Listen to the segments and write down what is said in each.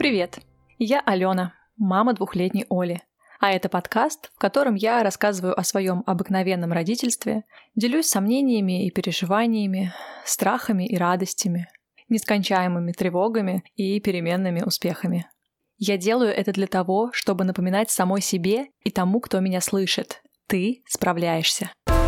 Привет! Я Алена, мама 2-летней Оли. А это подкаст, в котором я рассказываю о своем обыкновенном родительстве, делюсь сомнениями и переживаниями, страхами и радостями, нескончаемыми тревогами и переменными успехами. Я делаю это для того, чтобы напоминать самой себе и тому, кто меня слышит. Ты справляешься.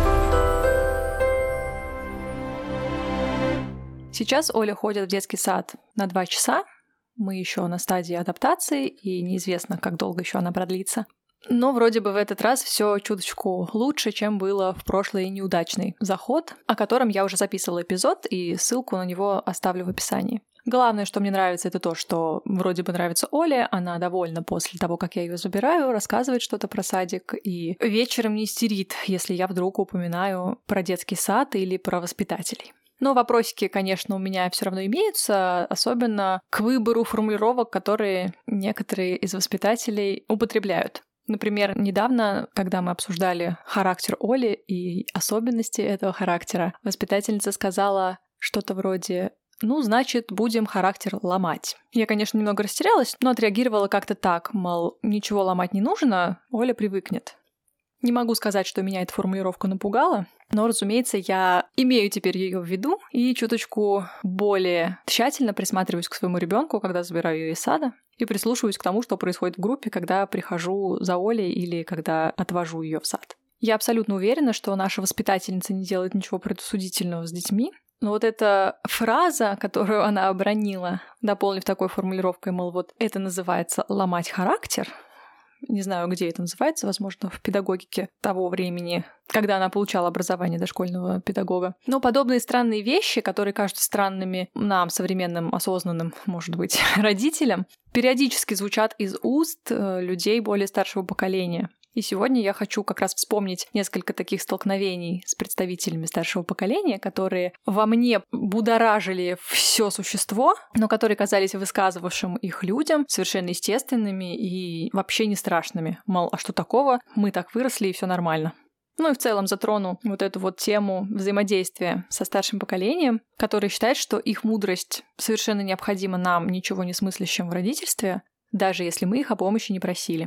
Сейчас Оля ходит в детский сад на 2 часа. Мы еще на стадии адаптации, и неизвестно, как долго еще она продлится. Но вроде бы в этот раз все чуточку лучше, чем было в прошлый неудачный заход, о котором я уже записывала эпизод, и ссылку на него оставлю в описании. Главное, что мне нравится, это то, что вроде бы нравится Оле, она довольна после того, как я ее забираю, рассказывает что-то про садик, и вечером не истерит, если я вдруг упоминаю про детский сад или про воспитателей. Но вопросики, конечно, у меня все равно имеются, особенно к выбору формулировок, которые некоторые из воспитателей употребляют. Например, недавно, когда мы обсуждали характер Оли и особенности этого характера, воспитательница сказала что-то вроде значит, будем характер ломать. Я, конечно, немного растерялась, но отреагировала как-то так, мол, ничего ломать не нужно, Оля привыкнет. Не могу сказать, что меня эта формулировка напугала, но, разумеется, я имею теперь ее в виду и чуточку более тщательно присматриваюсь к своему ребенку, когда забираю ее из сада, и прислушиваюсь к тому, что происходит в группе, когда прихожу за Олей или когда отвожу ее в сад. Я абсолютно уверена, что наша воспитательница не делает ничего предосудительного с детьми, но вот эта фраза, которую она обронила, дополнив такой формулировкой, мол, вот это называется «ломать характер», не знаю, где это называется, возможно, в педагогике того времени, когда она получала образование дошкольного педагога. Но подобные странные вещи, которые кажутся странными нам, современным, осознанным, может быть, родителям, периодически звучат из уст людей более старшего поколения. И сегодня я хочу как раз вспомнить несколько таких столкновений с представителями старшего поколения, которые во мне будоражили все существо, но которые казались высказывавшим их людям совершенно естественными и вообще не страшными. Мол, а что такого? Мы так выросли, и все нормально. Ну и в целом затрону вот эту вот тему взаимодействия со старшим поколением, которое считает, что их мудрость совершенно необходима нам, ничего не смыслящим в родительстве, даже если мы их о помощи не просили.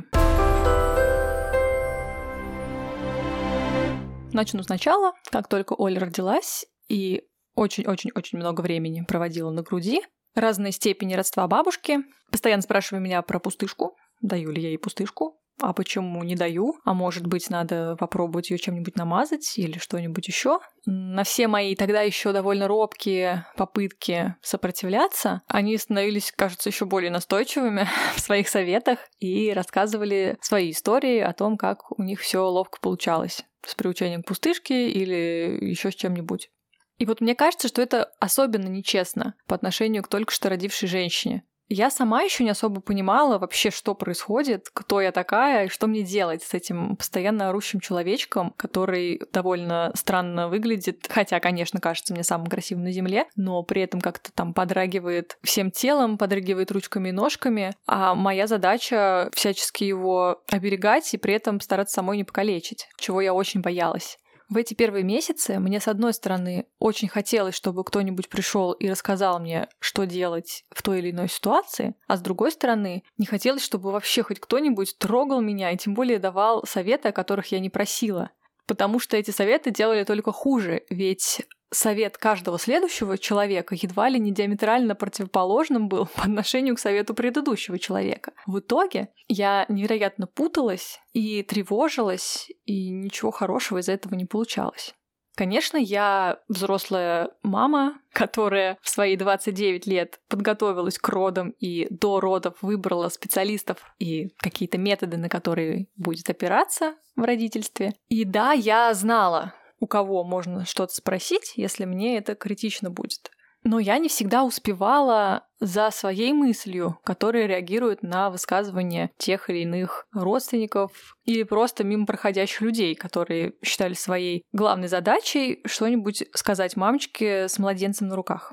Начну сначала. Как только Оля родилась и очень-очень-очень много времени проводила на груди, разной степени родства бабушки, постоянно спрашивая меня про пустышку, даю ли я ей пустышку, а почему не даю, а может быть надо попробовать ее чем-нибудь намазать или что-нибудь еще. На все мои тогда еще довольно робкие попытки сопротивляться, они становились, кажется, еще более настойчивыми в своих советах и рассказывали свои истории о том, как у них все ловко получалось с приучением к пустышке или еще с чем-нибудь. И вот мне кажется, что это особенно нечестно по отношению к только что родившей женщине. Я сама еще не особо понимала вообще, что происходит, кто я такая и что мне делать с этим постоянно орущим человечком, который довольно странно выглядит, хотя, конечно, кажется мне самым красивым на земле, но при этом как-то там подрагивает всем телом, подрагивает ручками и ножками, а моя задача всячески его оберегать и при этом стараться самой не покалечить, чего я очень боялась. В эти первые месяцы мне, с одной стороны, очень хотелось, чтобы кто-нибудь пришел и рассказал мне, что делать в той или иной ситуации, а с другой стороны, не хотелось, чтобы вообще хоть кто-нибудь трогал меня и тем более давал советы, о которых я не просила. Потому что эти советы делали только хуже, ведь совет каждого следующего человека едва ли не диаметрально противоположным был по отношению к совету предыдущего человека. В итоге я невероятно путалась и тревожилась, и ничего хорошего из этого не получалось. Конечно, я взрослая мама, которая в свои 29 лет подготовилась к родам и до родов выбрала специалистов и какие-то методы, на которые будет опираться в родительстве. И да, я знала, у кого можно что-то спросить, если мне это критично будет. Но я не всегда успевала за своей мыслью, которая реагирует на высказывания тех или иных родственников или просто мимо проходящих людей, которые считали своей главной задачей что-нибудь сказать мамочке с младенцем на руках.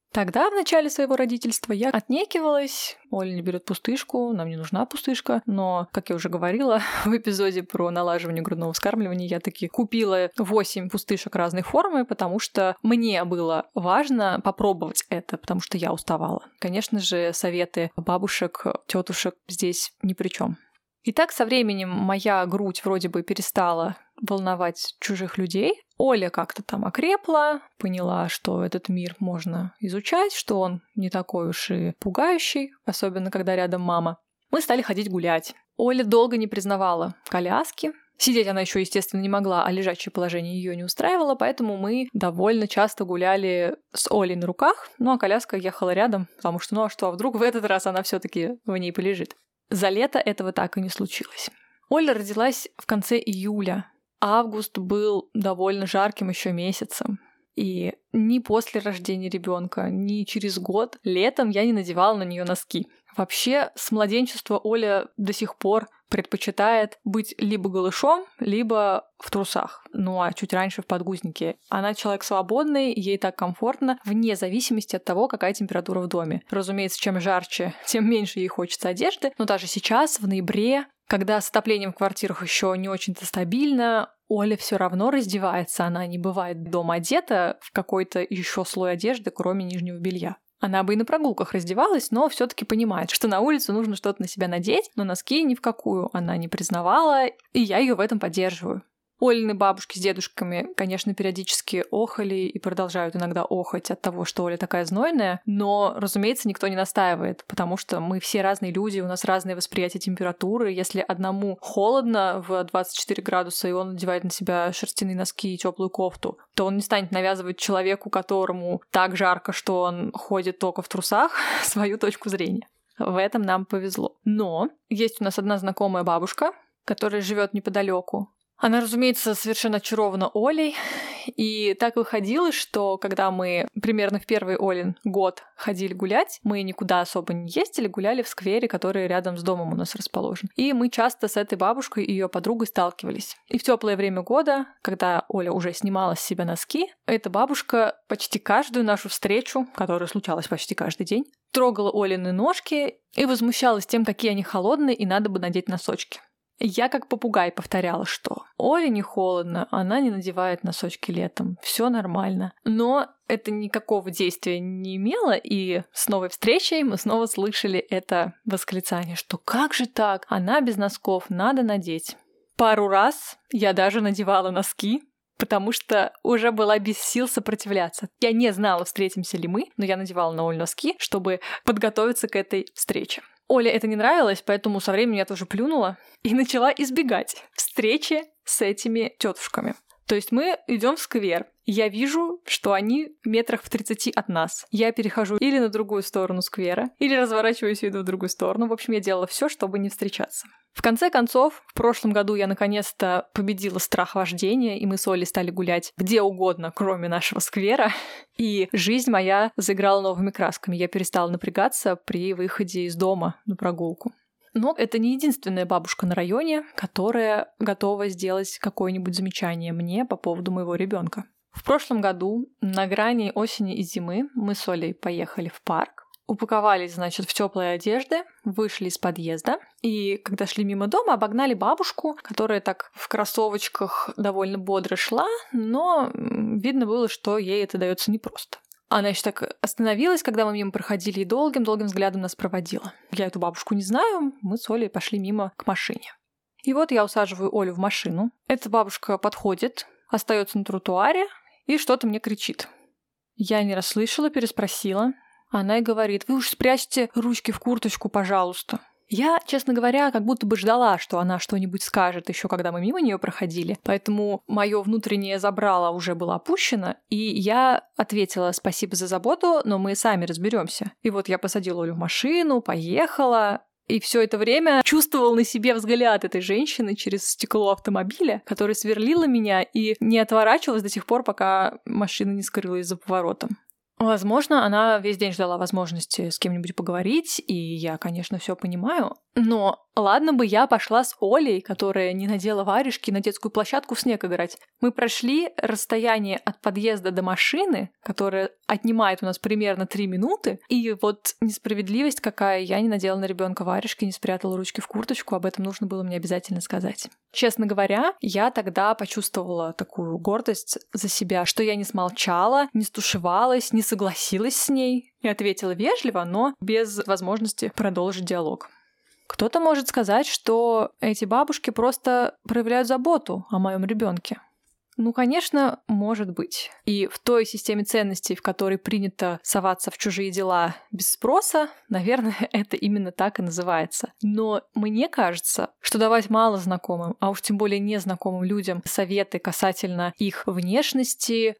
Тогда, в начале своего родительства, я отнекивалась. Оля не берет пустышку, нам не нужна пустышка. Но, как я уже говорила в эпизоде про налаживание грудного вскармливания, я таки купила 8 пустышек разной формы, потому что мне было важно попробовать это, потому что я уставала. Конечно же, советы бабушек, тетушек здесь ни при чем. И так со временем моя грудь вроде бы перестала волновать чужих людей. Оля как-то там окрепла, поняла, что этот мир можно изучать, что он не такой уж и пугающий, особенно когда рядом мама. Мы стали ходить гулять. Оля долго не признавала коляски. Сидеть она еще, естественно, не могла, а лежачее положение ее не устраивало, поэтому мы довольно часто гуляли с Олей на руках, ну а коляска ехала рядом, потому что, а вдруг в этот раз она все-таки в ней полежит. За лето этого так и не случилось. Оля родилась в конце июля. Август был довольно жарким еще месяцем. И ни после рождения ребенка, ни через год летом я не надевала на нее носки. Вообще, с младенчества Оля до сих пор предпочитает быть либо голышом, либо в трусах. Ну а чуть раньше в подгузнике. Она человек свободный, ей так комфортно, вне зависимости от того, какая температура в доме. Разумеется, чем жарче, тем меньше ей хочется одежды. Но даже сейчас, в ноябре, когда с отоплением в квартирах еще не очень-то стабильно, Оля все равно раздевается. Она не бывает дома одета в какой-то еще слой одежды, кроме нижнего белья. Она бы и на прогулках раздевалась, но все-таки понимает, что на улицу нужно что-то на себя надеть, но носки ни в какую она не признавала, и я ее в этом поддерживаю. Олины бабушки с дедушками, конечно, периодически охали и продолжают иногда охать от того, что Оля такая знойная, но, разумеется, никто не настаивает, потому что мы все разные люди, у нас разное восприятие температуры. Если одному холодно в 24 градуса, и он надевает на себя шерстяные носки и теплую кофту, то он не станет навязывать человеку, которому так жарко, что он ходит только в трусах, свою точку зрения. В этом нам повезло. Но есть у нас одна знакомая бабушка, которая живет неподалеку. Она, разумеется, совершенно очарована Олей, и так выходило, что когда мы примерно в первый Олин год ходили гулять, мы никуда особо не ездили, гуляли в сквере, который рядом с домом у нас расположен. И мы часто с этой бабушкой и ее подругой сталкивались. И в теплое время года, когда Оля уже снимала с себя носки, эта бабушка почти каждую нашу встречу, которая случалась почти каждый день, трогала Олины ножки и возмущалась тем, какие они холодные, и надо бы надеть носочки. Я как попугай повторяла, что Оле не холодно, она не надевает носочки летом, все нормально. Но это никакого действия не имело, и с новой встречей мы снова слышали это восклицание, что как же так, она без носков, надо надеть. Пару раз я даже надевала носки, потому что уже была без сил сопротивляться. Я не знала, встретимся ли мы, но я надевала на Олю носки, чтобы подготовиться к этой встрече. Оле это не нравилось, поэтому со временем я тоже плюнула и начала избегать встречи с этими тетушками. То есть мы идем в сквер. Я вижу, что они метрах в 30 от нас. Я перехожу или на другую сторону сквера, или разворачиваюсь и иду в другую сторону. В общем, я делала все, чтобы не встречаться. В конце концов, в прошлом году я наконец-то победила страх вождения, и мы с Олей стали гулять где угодно, кроме нашего сквера. И жизнь моя заиграла новыми красками. Я перестала напрягаться при выходе из дома на прогулку. Но это не единственная бабушка на районе, которая готова сделать какое-нибудь замечание мне по поводу моего ребенка. В прошлом году, на грани осени и зимы, мы с Олей поехали в парк, упаковались, значит, в теплые одежды, вышли из подъезда, и когда шли мимо дома, обогнали бабушку, которая так в кроссовочках довольно бодро шла, но видно было, что ей это дается непросто. Она еще так остановилась, когда мы мимо проходили, и долгим-долгим взглядом нас проводила. Я эту бабушку не знаю, мы с Олей пошли мимо к машине. И вот я усаживаю Олю в машину. Эта бабушка подходит, остается на тротуаре и что-то мне кричит. Я не расслышала, переспросила. Она и говорит: «Вы уж спрячьте ручки в курточку, пожалуйста». Я, честно говоря, как будто бы ждала, что она что-нибудь скажет еще, когда мы мимо нее проходили, поэтому мое внутреннее забрало уже было опущено, и я ответила: «Спасибо за заботу, но мы сами разберемся». И вот я посадила Олю в машину, поехала, и все это время чувствовала на себе взгляд этой женщины через стекло автомобиля, которая сверлила меня и не отворачивалась до тех пор, пока машина не скрылась за поворотом. Возможно, она весь день ждала возможности с кем-нибудь поговорить, и я, конечно, все понимаю. Но ладно бы я пошла с Олей, которая не надела варежки, на детскую площадку в снег играть. Мы прошли расстояние от подъезда до машины, которая отнимает у нас примерно 3 минуты, и вот несправедливость какая, я не надела на ребенка варежки, не спрятала ручки в курточку, об этом нужно было мне обязательно сказать. Честно говоря, я тогда почувствовала такую гордость за себя, что я не смолчала, не стушевалась, не согласилась с ней и ответила вежливо, но без возможности продолжить диалог. Кто-то может сказать, что эти бабушки просто проявляют заботу о моем ребенке. Ну, конечно, может быть. И в той системе ценностей, в которой принято соваться в чужие дела без спроса, наверное, это именно так и называется. Но мне кажется, что давать мало знакомым, а уж тем более незнакомым людям советы касательно их внешности,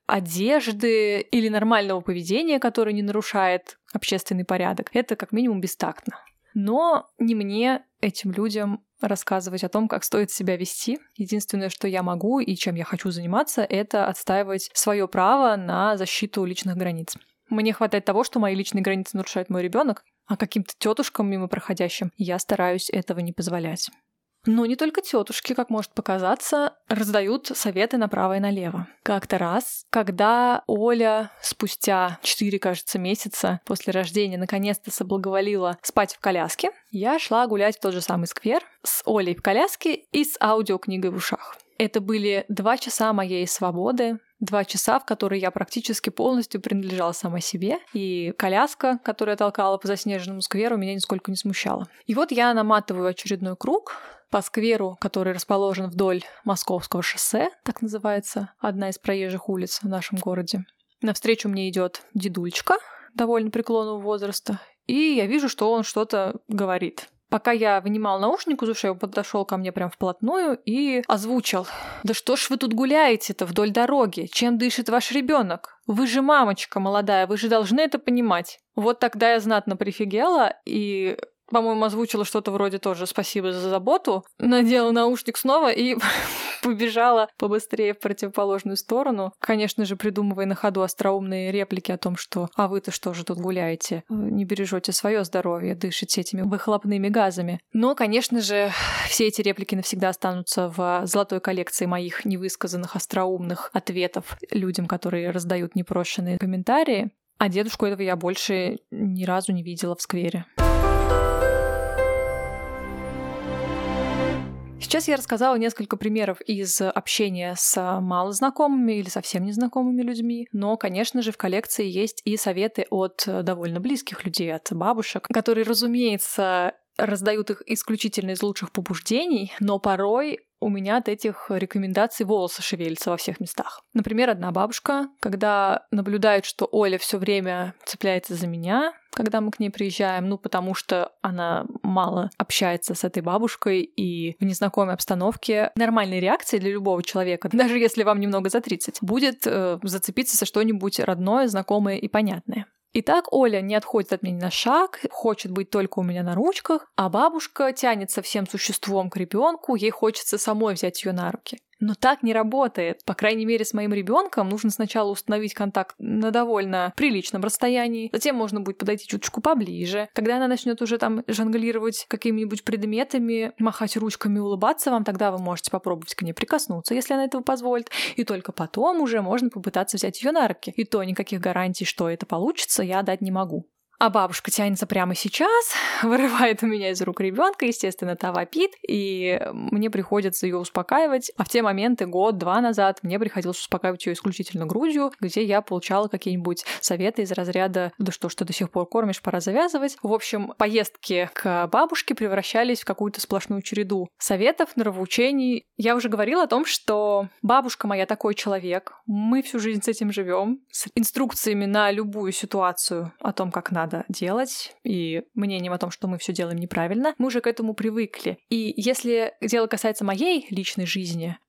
одежды или нормального поведения, которое не нарушает общественный порядок, это как минимум бестактно. Но не мне, этим людям, рассказывать о том, как стоит себя вести. Единственное, что я могу и чем я хочу заниматься, это отстаивать свое право на защиту личных границ. Мне хватает того, что мои личные границы нарушает мой ребенок, а каким-то тетушкам мимо проходящим я стараюсь этого не позволять. Но не только тетушки, как может показаться, раздают советы направо и налево. Как-то раз, когда Оля спустя 4, кажется, месяца после рождения наконец-то соблаговолила спать в коляске, я шла гулять в тот же самый сквер с Олей в коляске и с аудиокнигой в ушах. Это были 2 часа моей свободы, 2 часа, в которые я практически полностью принадлежала сама себе, и коляска, которая толкала по заснеженному скверу, меня нисколько не смущала. И вот я наматываю очередной круг по скверу, который расположен вдоль Московского шоссе, так называется, одна из проезжих улиц в нашем городе. Навстречу мне идет дедульчка довольно преклонного возраста, и я вижу, что он что-то говорит. Пока я вынимал наушник из ушей, он подошел ко мне прям вплотную и озвучил: «Да что ж вы тут гуляете-то вдоль дороги? Чем дышит ваш ребенок? Вы же мамочка молодая, вы же должны это понимать». Вот тогда я знатно прифигела и, по-моему, озвучила что-то вроде тоже «спасибо за заботу», надела наушник снова и побежала побыстрее в противоположную сторону, конечно же, придумывая на ходу остроумные реплики о том, что «а вы-то что же тут гуляете? Не бережете свое здоровье, дышите этими выхлопными газами». Но, конечно же, все эти реплики навсегда останутся в золотой коллекции моих невысказанных остроумных ответов людям, которые раздают непрошенные комментарии. А дедушку этого я больше ни разу не видела в сквере. Сейчас я рассказала несколько примеров из общения с малознакомыми или совсем незнакомыми людьми, но, конечно же, в коллекции есть и советы от довольно близких людей, от бабушек, которые, разумеется, раздают их исключительно из лучших побуждений, но порой у меня от этих рекомендаций волосы шевелятся во всех местах. Например, одна бабушка, когда наблюдает, что Оля все время цепляется за меня, когда мы к ней приезжаем, потому что она мало общается с этой бабушкой, и в незнакомой обстановке нормальной реакцией для любого человека, даже если вам немного за 30, будет зацепиться за что-нибудь родное, знакомое и понятное. Итак, Оля не отходит от меня ни на шаг, хочет быть только у меня на ручках, а бабушка тянется всем существом к ребенку, ей хочется самой взять ее на руки. Но так не работает. По крайней мере, с моим ребенком нужно сначала установить контакт на довольно приличном расстоянии, затем можно будет подойти чуточку поближе. Когда она начнет уже там жонглировать какими-нибудь предметами, махать ручками, улыбаться вам, тогда вы можете попробовать к ней прикоснуться, если она этого позволит. И только потом уже можно попытаться взять ее на руки. И то никаких гарантий, что это получится, я дать не могу. А бабушка тянется прямо сейчас, вырывает у меня из рук ребенка, естественно, та вопит, и мне приходится ее успокаивать. А в те моменты, 1-2 назад, мне приходилось успокаивать ее исключительно грудью, где я получала какие-нибудь советы из разряда «да что ж ты до сих пор кормишь, пора завязывать». В общем, поездки к бабушке превращались в какую-то сплошную череду советов, нравоучений. Я уже говорила о том, что бабушка моя такой человек, мы всю жизнь с этим живем, с инструкциями на любую ситуацию о том, как надо делать, и мнением о том, что мы все делаем неправильно, мы уже к этому привыкли. И если дело касается моей личной жизни,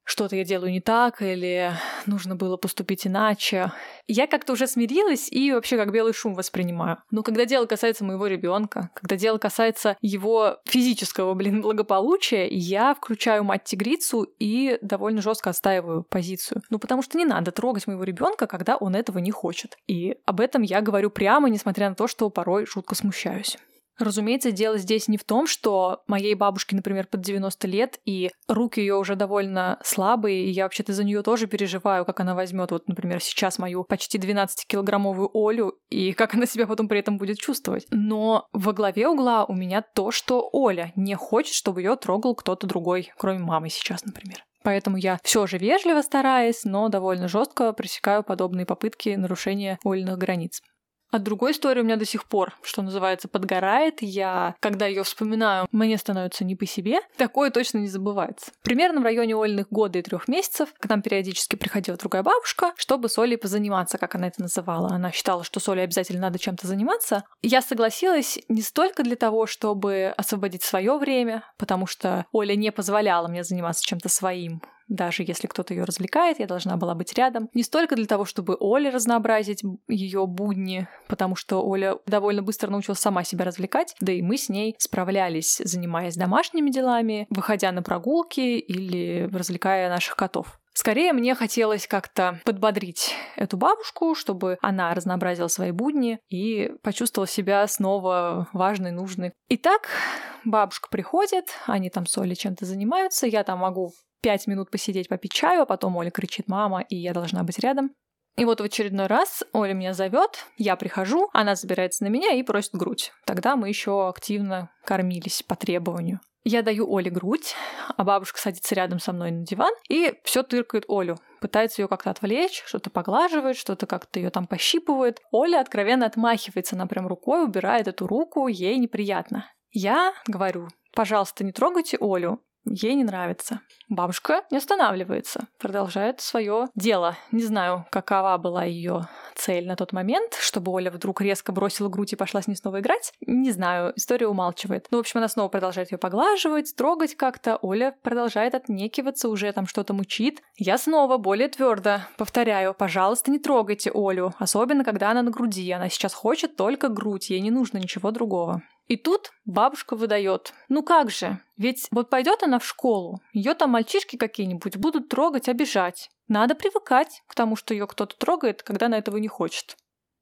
что-то я делаю не так или нужно было поступить иначе. Я как-то уже смирилась и вообще как белый шум воспринимаю. Но когда дело касается моего ребенка, когда дело касается его физического, благополучия, я включаю мать-тигрицу и довольно жестко отстаиваю позицию. Потому что не надо трогать моего ребенка, когда он этого не хочет. И об этом я говорю прямо, несмотря на то, что порой жутко смущаюсь. Разумеется, дело здесь не в том, что моей бабушке, например, под 90 лет, и руки ее уже довольно слабые, и я вообще-то за нее тоже переживаю, как она возьмет, например, сейчас мою почти 12-килограммовую Олю, и как она себя потом при этом будет чувствовать. Но во главе угла у меня то, что Оля не хочет, чтобы ее трогал кто-то другой, кроме мамы сейчас, например. Поэтому я все же вежливо стараюсь, но довольно жестко пресекаю подобные попытки нарушения Олиных границ. А другой истории у меня до сих пор, что называется, подгорает. Когда ее вспоминаю, мне становится не по себе. Такое точно не забывается. Примерно в районе Олиных года и 3 месяцев к нам периодически приходила другая бабушка, чтобы с Олей позаниматься, как она это называла. Она считала, что с Олей обязательно надо чем-то заниматься. Я согласилась не столько для того, чтобы освободить свое время, потому что Оля не позволяла мне заниматься чем-то своим. Даже если кто-то ее развлекает, я должна была быть рядом. Не столько для того, чтобы Оле разнообразить ее будни, потому что Оля довольно быстро научилась сама себя развлекать, да и мы с ней справлялись, занимаясь домашними делами, выходя на прогулки или развлекая наших котов. Скорее, мне хотелось как-то подбодрить эту бабушку, чтобы она разнообразила свои будни и почувствовала себя снова важной, нужной. Итак, бабушка приходит, они там с Олей чем-то занимаются, я там могу 5 минут посидеть, попить чаю, а потом Оля кричит «мама», и я должна быть рядом. И в очередной раз Оля меня зовет, я прихожу, она забирается на меня и просит грудь. Тогда мы еще активно кормились по требованию. Я даю Оле грудь, а бабушка садится рядом со мной на диван и все тыркает Олю. Пытается ее как-то отвлечь, что-то поглаживает, что-то как-то ее там пощипывает. Оля откровенно отмахивается, она прям рукой убирает эту руку, ей неприятно. Я говорю: пожалуйста, не трогайте Олю. Ей не нравится. Бабушка не останавливается, продолжает свое дело. Не знаю, какова была ее цель на тот момент, чтобы Оля вдруг резко бросила грудь и пошла с ней снова играть. Не знаю, история умалчивает. В общем, она снова продолжает ее поглаживать, трогать как-то. Оля продолжает отнекиваться, уже там что-то мучит. Я снова более твердо повторяю: пожалуйста, не трогайте Олю, особенно когда она на груди. Она сейчас хочет только грудь, ей не нужно ничего другого. И тут бабушка выдает: ну как же, ведь пойдет она в школу, ее там мальчишки какие-нибудь будут трогать, обижать. Надо привыкать к тому, что ее кто-то трогает, когда она этого не хочет.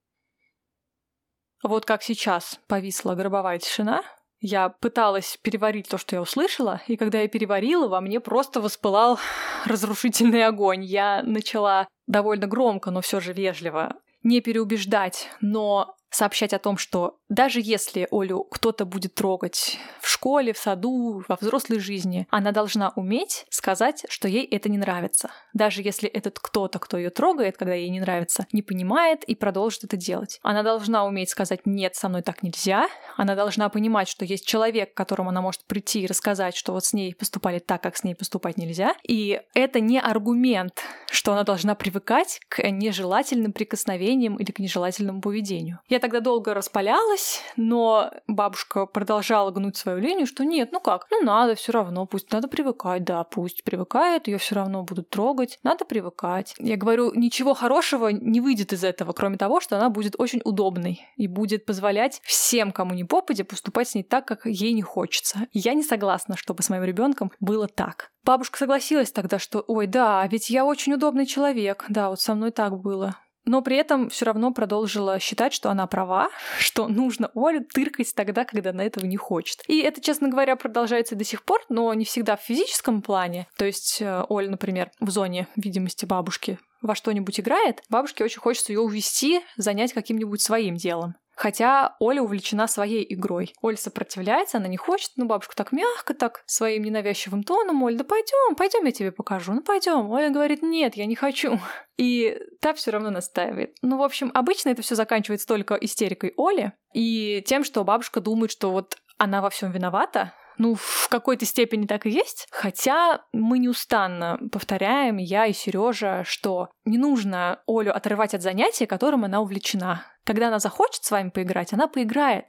Вот как сейчас повисла гробовая тишина. Я пыталась переварить то, что я услышала, и когда я переварила, во мне просто воспылал разрушительный огонь. Я начала довольно громко, но все же вежливо не переубеждать, но сообщать о том, что даже если Олю кто-то будет трогать в школе, в саду, во взрослой жизни, она должна уметь сказать, что ей это не нравится. Даже если этот кто-то, кто ее трогает, когда ей не нравится, не понимает и продолжит это делать. Она должна уметь сказать: нет, со мной так нельзя. Она должна понимать, что есть человек, к которому она может прийти и рассказать, что с ней поступали так, как с ней поступать нельзя. И это не аргумент, что она должна привыкать к нежелательным прикосновениям или к нежелательному поведению. Я тогда долго распалялась, но бабушка продолжала гнуть свою линию, что нет, надо все равно, пусть надо привыкать, да, пусть привыкает, ее все равно будут трогать, надо привыкать. Я говорю, ничего хорошего не выйдет из этого, кроме того, что она будет очень удобной и будет позволять всем, кому ни попадя, поступать с ней так, как ей не хочется. Я не согласна, чтобы с моим ребенком было так. Бабушка согласилась тогда, что ой, да, ведь я очень удобный человек, да, со мной так было. Но при этом все равно продолжила считать, что она права, что нужно Олю тыркать тогда, когда она этого не хочет. И это, честно говоря, продолжается до сих пор, но не всегда в физическом плане. То есть Оля, например, в зоне видимости бабушки во что-нибудь играет, бабушке очень хочется ее увести, занять каким-нибудь своим делом. Хотя Оля увлечена своей игрой. Оля сопротивляется, она не хочет, но бабушка так мягко, так своим ненавязчивым тоном: Оль, да пойдем, я тебе покажу, пойдем. Оля говорит: нет, я не хочу. И та все равно настаивает. В общем, обычно это все заканчивается только истерикой Оли и тем, что бабушка думает, что она во всем виновата. В какой-то степени так и есть. Хотя мы неустанно повторяем, я и Сережа, что не нужно Олю отрывать от занятия, которым она увлечена. Когда она захочет с вами поиграть, она поиграет.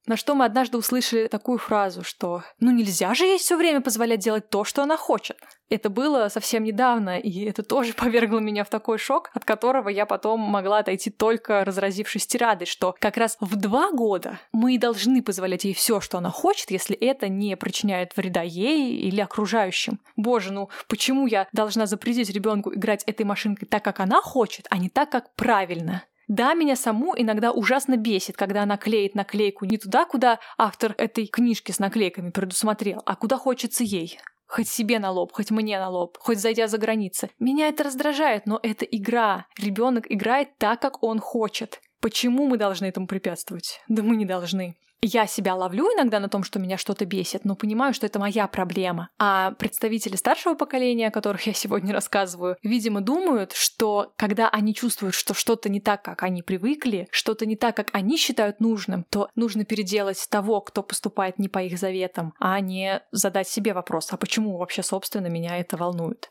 На что мы однажды услышали такую фразу, что «ну нельзя же ей все время позволять делать то, что она хочет». Это было совсем недавно, и это тоже повергло меня в такой шок, от которого я потом могла отойти только разразившись тирадой, что как раз в 2 года мы и должны позволять ей все, что она хочет, если это не причиняет вреда ей или окружающим. Боже, ну почему я должна запретить ребенку играть этой машинкой так, как она хочет, а не так, как правильно? Да, меня саму иногда ужасно бесит, когда она клеит наклейку не туда, куда автор этой книжки с наклейками предусмотрел, а куда хочется ей. Хоть себе на лоб, хоть мне на лоб, хоть зайдя за границы. Меня это раздражает, но это игра. Ребенок играет так, как он хочет. Почему мы должны этому препятствовать? Да мы не должны. Я себя ловлю иногда на том, что меня что-то бесит, но понимаю, что это моя проблема. А представители старшего поколения, о которых я сегодня рассказываю, видимо, думают, что когда они чувствуют, что что-то не так, как они привыкли, что-то не так, как они считают нужным, то нужно переделать того, кто поступает не по их заветам, а не задать себе вопрос, а почему вообще, собственно, меня это волнует.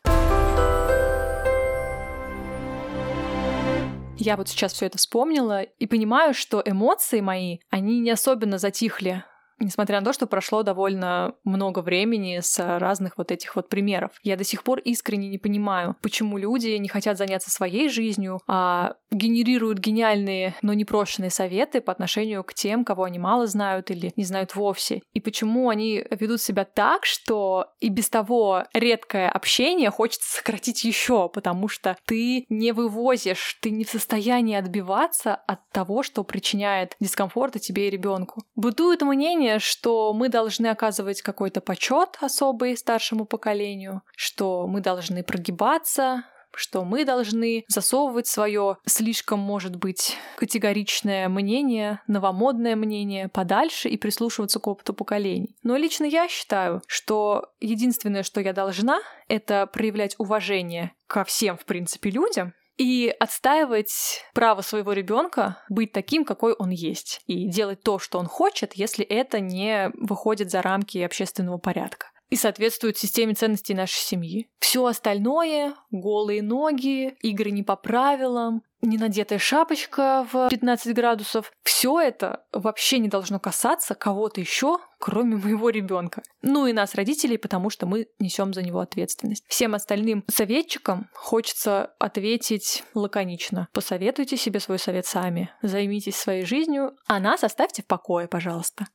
Я вот сейчас все это вспомнила и понимаю, что эмоции мои, они не особенно затихли, несмотря на то, что прошло довольно много времени с разных вот этих вот примеров. Я до сих пор искренне не понимаю, почему люди не хотят заняться своей жизнью, а генерируют гениальные, но непрошенные советы по отношению к тем, кого они мало знают или не знают вовсе. И почему они ведут себя так, что и без того редкое общение хочется сократить еще, потому что ты не вывозишь, ты не в состоянии отбиваться от того, что причиняет дискомфорт и тебе, и ребенку. Бытует мнение, что мы должны оказывать какой-то почет особый старшему поколению, что мы должны прогибаться, что мы должны засовывать свое слишком, может быть, категоричное мнение, новомодное мнение подальше и прислушиваться к опыту поколений. Но лично я считаю, что единственное, что я должна, это проявлять уважение ко всем, в принципе, людям, и отстаивать право своего ребенка быть таким, какой он есть, и делать то, что он хочет, если это не выходит за рамки общественного порядка и соответствует системе ценностей нашей семьи. Все остальное — голые ноги, игры не по правилам, ненадетая шапочка в 15 градусов — все это вообще не должно касаться кого-то еще, кроме моего ребенка. Ну и нас, родителей, потому что мы несем за него ответственность. Всем остальным советчикам хочется ответить лаконично. Посоветуйте себе свой совет сами, займитесь своей жизнью, а нас оставьте в покое, пожалуйста.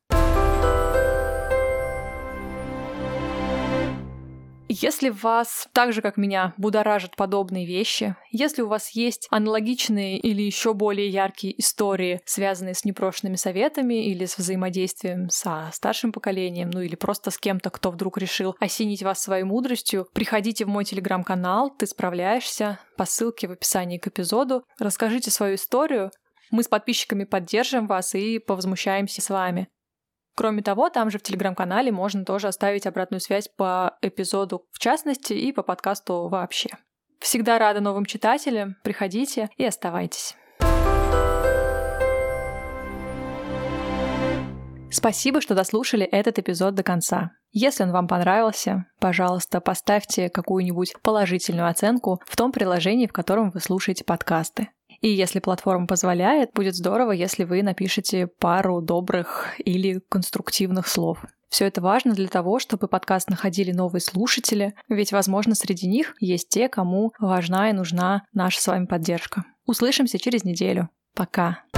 Если вас, так же как меня, будоражат подобные вещи, если у вас есть аналогичные или еще более яркие истории, связанные с непрошенными советами или с взаимодействием со старшим поколением, ну или просто с кем-то, кто вдруг решил осенить вас своей мудростью, приходите в мой телеграм-канал «Ты справляешься» по ссылке в описании к эпизоду, расскажите свою историю, мы с подписчиками поддержим вас и повозмущаемся с вами. Кроме того, там же в Телеграм-канале можно тоже оставить обратную связь по эпизоду в частности и по подкасту вообще. Всегда рада новым читателям, приходите и оставайтесь. Спасибо, что дослушали этот эпизод до конца. Если он вам понравился, пожалуйста, поставьте какую-нибудь положительную оценку в том приложении, в котором вы слушаете подкасты. И если платформа позволяет, будет здорово, если вы напишете пару добрых или конструктивных слов. Все это важно для того, чтобы подкаст находили новые слушатели, ведь, возможно, среди них есть те, кому важна и нужна наша с вами поддержка. Услышимся через неделю. Пока!